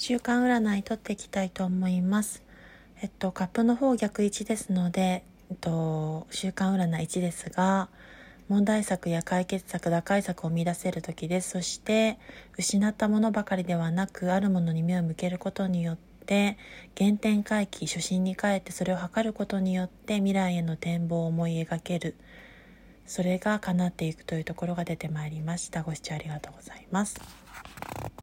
週間占い取っていきたいと思います。カップの方逆位置ですので、週間占い1ですが、問題作や解決策、打開策を見出せる時です。そして失ったものばかりではなく、あるものに目を向けることによって原点回帰、初心に帰ってそれを測ることによって未来への展望を思い描ける、それが叶っていくというところが出てまいりました。ご視聴ありがとうございます。